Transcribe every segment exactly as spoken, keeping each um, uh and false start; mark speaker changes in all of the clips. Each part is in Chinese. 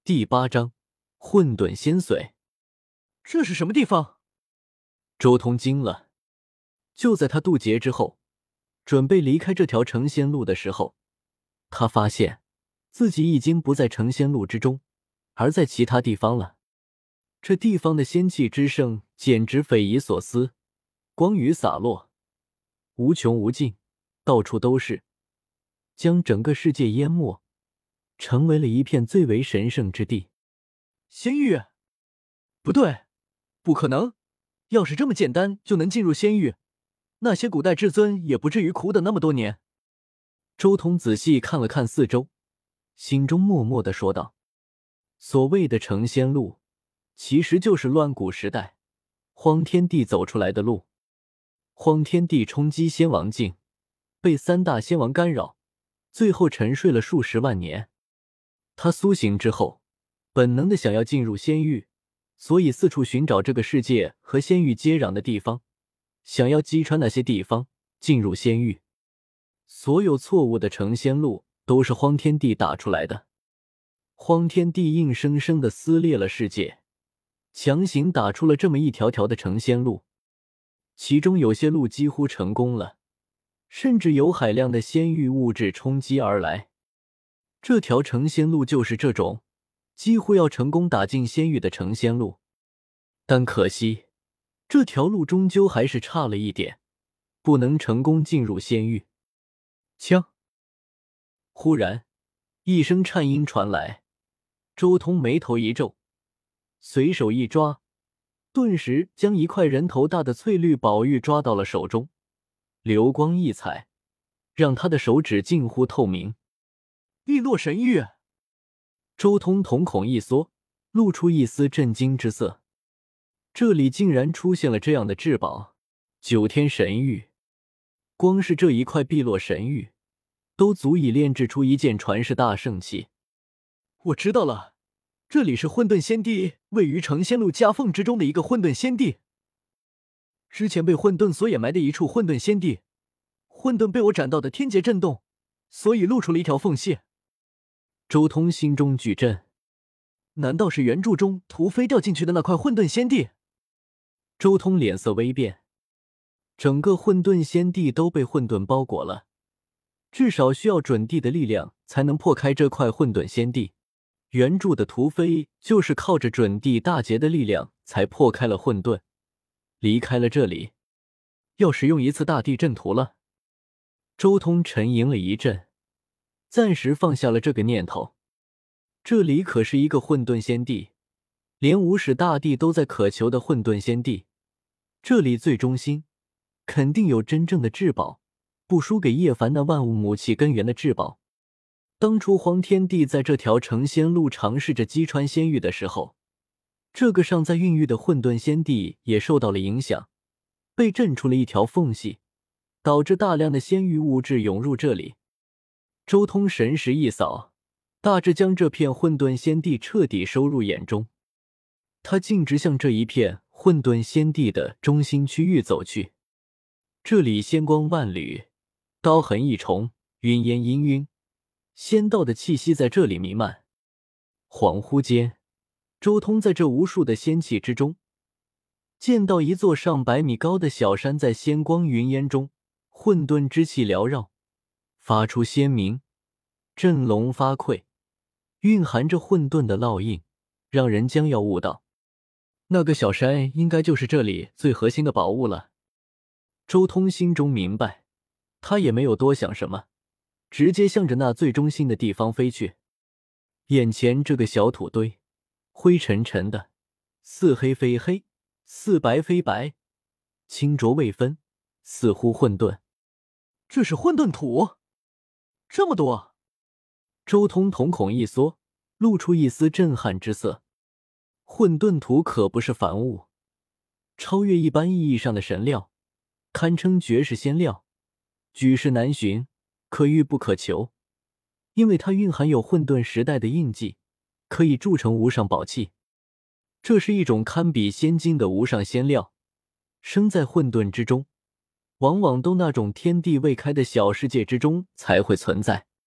Speaker 1: 第八章混沌仙髓。
Speaker 2: 这是什么地方？
Speaker 1: 周通惊了。就在他渡劫之后，准备离开这条成仙路的时候，他发现自己已经不在成仙路之中，而在其他地方了。这地方的仙气之盛简直匪夷所思，光雨洒落，无穷无尽，到处都是，将整个世界淹没，成为了一片最为神圣之地。
Speaker 2: 仙域？不对，不可能！要是这么简单就能进入仙域，那些古代至尊也不至于苦等那么多年。
Speaker 1: 周通仔细看了看四周，心中默默地说道：所谓的成仙路，其实就是乱古时代荒天帝走出来的路。荒天帝冲击仙王境，被三大仙王干扰，最后沉睡了数十万年。他苏醒之后，本能的想要进入仙域，所以四处寻找这个世界和仙域接壤的地方，想要击穿那些地方，进入仙域。所有错误的成仙路都是荒天帝打出来的。荒天帝硬生生的撕裂了世界，强行打出了这么一条条的成仙路，其中有些路几乎成功了，甚至有海量的仙域物质冲击而来。这条成仙路就是这种几乎要成功打进仙域的成仙路，但可惜这条路终究还是差了一点，不能成功进入仙域。枪！忽然一声颤音传来，周通眉头一皱，随手一抓，顿时将一块人头大的翠绿宝玉抓到了手中，流光溢彩，让他的手指近乎透明。
Speaker 2: 碧落神玉！
Speaker 1: 周通瞳孔一缩，露出一丝震惊之色。这里竟然出现了这样的至宝，九天神玉。光是这一块碧落神玉，都足以炼制出一件传世大圣器。
Speaker 2: 我知道了，这里是混沌仙地位于成仙路夹缝之中的一个混沌仙地。之前被混沌所掩埋的一处混沌仙地，混沌被我斩到的天劫震动，所以露出了一条缝隙。
Speaker 1: 周通心中巨震，
Speaker 2: 难道是原著中屠飞掉进去的那块混沌仙地？
Speaker 1: 周通脸色微变，整个混沌仙地都被混沌包裹了，至少需要准帝的力量才能破开这块混沌仙地。原著的屠飞就是靠着准帝大劫的力量才破开了混沌，离开了这里。要使用一次大地震图了。周通沉吟了一阵，暂时放下了这个念头。这里可是一个混沌仙地，连无始大帝都在渴求的混沌仙地，这里最中心肯定有真正的至宝，不输给叶凡那万物母气根源的至宝。当初荒天帝在这条成仙路尝试着击穿仙域的时候，这个尚在孕育的混沌仙地也受到了影响，被震出了一条缝隙，导致大量的仙域物质涌入这里。周通神识一扫，大致将这片混沌仙地彻底收入眼中。他径直向这一片混沌仙地的中心区域走去。这里仙光万缕，刀痕一重，云烟氤氲，仙道的气息在这里弥漫。恍惚间，周通在这无数的仙气之中，见到一座上百米高的小山在仙光云烟中，混沌之气缭绕，发出鲜明，振聋发聩，蕴含着混沌的烙印，让人将要悟道。那个小山应该就是这里最核心的宝物了。周通心中明白，他也没有多想什么，直接向着那最中心的地方飞去。眼前这个小土堆，灰沉沉的，似黑非黑，似白非白，清浊未分，似乎混沌。
Speaker 2: 这是混沌土？这么多！
Speaker 1: 周通瞳孔一缩，露出一丝震撼之色。混沌土可不是凡物，超越一般意义上的神料，堪称绝世仙料，举世难寻，可遇不可求。因为它蕴含有混沌时代的印记，可以铸成无上宝器。这是一种堪比仙金的无上仙料，生在混沌之中，往往都那种天地未开的小世界之中才会存在。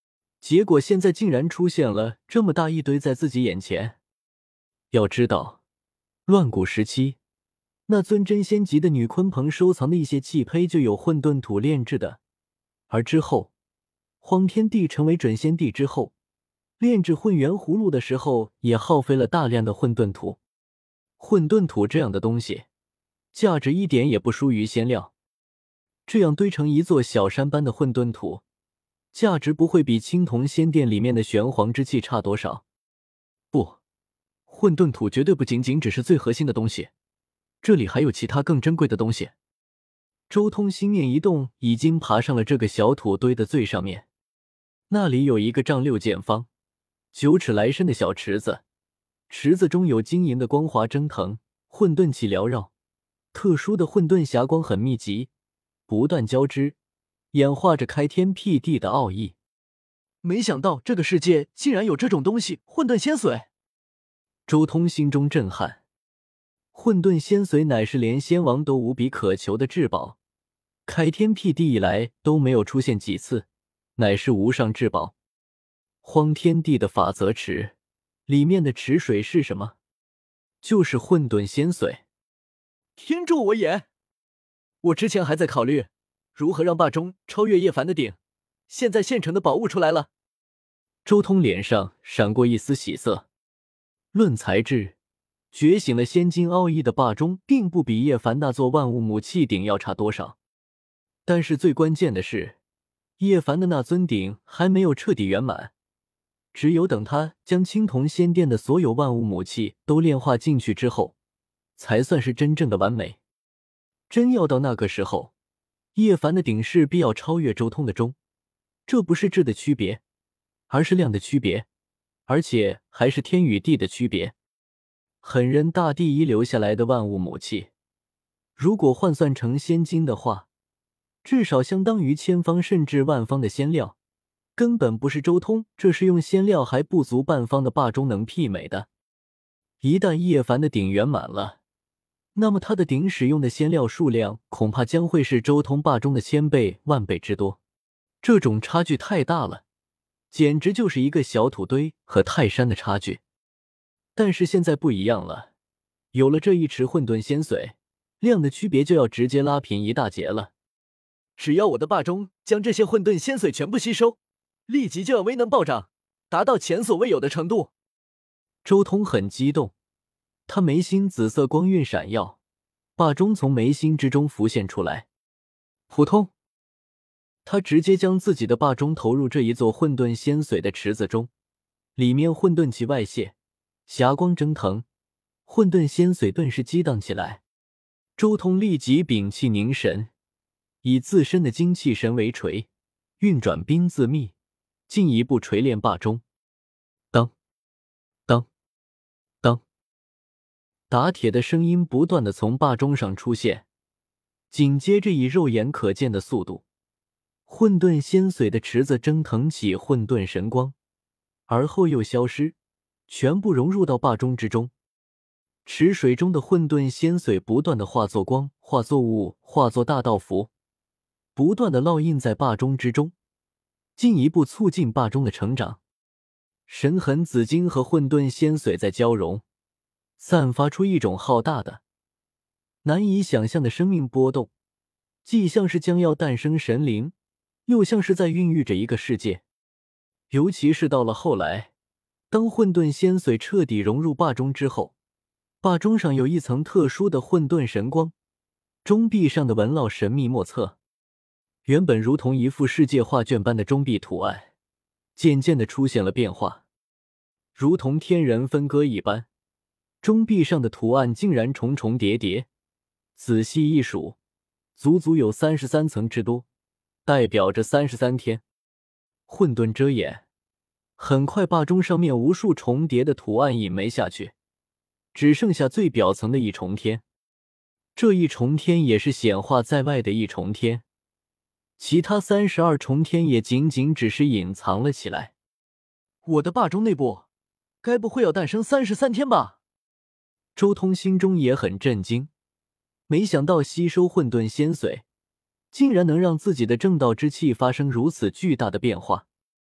Speaker 1: 结果现在竟然出现了这么大一堆在自己眼前。要知道，乱古时期，那尊真仙级的女鲲鹏收藏的一些器胚就有混沌土炼制的，而之后，荒天帝成为准仙帝之后，炼制混元葫芦的时候也耗费了大量的混沌土。混沌土这样的东西，价值一点也不输于仙料。这样堆成一座小山般的混沌土，价值不会比青铜仙殿里面的玄黄之气差多少。不，混沌土绝对不仅仅只是最核心的东西，这里还有其他更珍贵的东西。周通心念一动，已经爬上了这个小土堆的最上面。那里有一个丈六见方、九尺来深的小池子，池子中有晶莹的光华蒸腾，混沌气缭绕，特殊的混沌霞光很密集，不断交织，演化着开天辟地的奥义。
Speaker 2: 没想到这个世界竟然有这种东西，混沌仙髓。
Speaker 1: 周通心中震撼。混沌仙髓乃是连仙王都无比渴求的至宝，开天辟地以来都没有出现几次，乃是无上至宝。荒天地的法则池里面的池水是什么？就是混沌仙髓。
Speaker 2: 天助我也！我之前还在考虑如何让霸中超越叶凡的顶，现在现成的宝物出来了。
Speaker 1: 周通脸上闪过一丝喜色。论材质，觉醒了仙金奥义的霸中并不比叶凡那座万物母器顶要差多少。但是最关键的是，叶凡的那尊顶还没有彻底圆满，只有等他将青铜仙殿的所有万物母器都炼化进去之后，才算是真正的完美。真要到那个时候，叶凡的顶势必要超越周通的钟，这不是质的区别，而是量的区别，而且还是天与地的区别。狠人大帝遗留下来的万物母器，如果换算成仙金的话，至少相当于千方甚至万方的仙料，根本不是周通这是用仙料还不足半方的霸中能媲美的。一旦叶凡的顶圆满了，那么他的顶使用的仙料数量恐怕将会是周通霸中的千倍万倍之多。这种差距太大了，简直就是一个小土堆和泰山的差距。但是现在不一样了，有了这一池混沌仙髓，量的区别就要直接拉平一大截了。
Speaker 2: 只要我的霸中将这些混沌仙髓全部吸收，立即就要威能暴涨，达到前所未有的程度。
Speaker 1: 周通很激动，他眉心紫色光晕闪耀，霸中从眉心之中浮现出来。扑通，他直接将自己的霸中投入这一座混沌仙髓的池子中，里面混沌气外泄，霞光蒸腾，混沌仙髓顿时激荡起来。周通立即屏气凝神，以自身的精气神为锤，运转冰字秘，进一步锤炼霸中。当当当，打铁的声音不断的从霸中上出现，紧接着以肉眼可见的速度，混沌仙髓的池子蒸腾起混沌神光，而后又消失，全部融入到霸中之中。池水中的混沌仙髓不断的化作光，化作雾，化作大道符，不断的烙印在霸中之中，进一步促进霸中的成长。神痕紫晶和混沌仙髓在交融，散发出一种浩大的、难以想象的生命波动，既像是将要诞生神灵，又像是在孕育着一个世界。尤其是到了后来，当混沌仙髓彻底融入霸中之后，霸中上有一层特殊的混沌神光，中壁上的纹烙神秘莫测，原本如同一幅世界画卷般的中壁图案，渐渐地出现了变化，如同天人分割一般，中壁上的图案竟然重重叠叠，仔细一数，足足有三十三层之多，代表着三十三天。混沌遮掩，很快霸中上面无数重叠的图案隐没下去，只剩下最表层的一重天。这一重天也是显化在外的一重天，其他三十二重天也仅仅只是隐藏了起来。
Speaker 2: 我的霸中内部该不会要诞生三十三天吧？
Speaker 1: 周通心中也很震惊，没想到吸收混沌仙髓竟然能让自己的正道之气发生如此巨大的变化。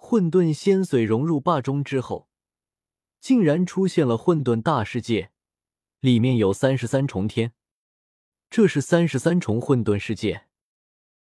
Speaker 1: 混沌仙髓融入坝中之后，竟然出现了混沌大世界，里面有三十三重天。这是三十三重混沌世界，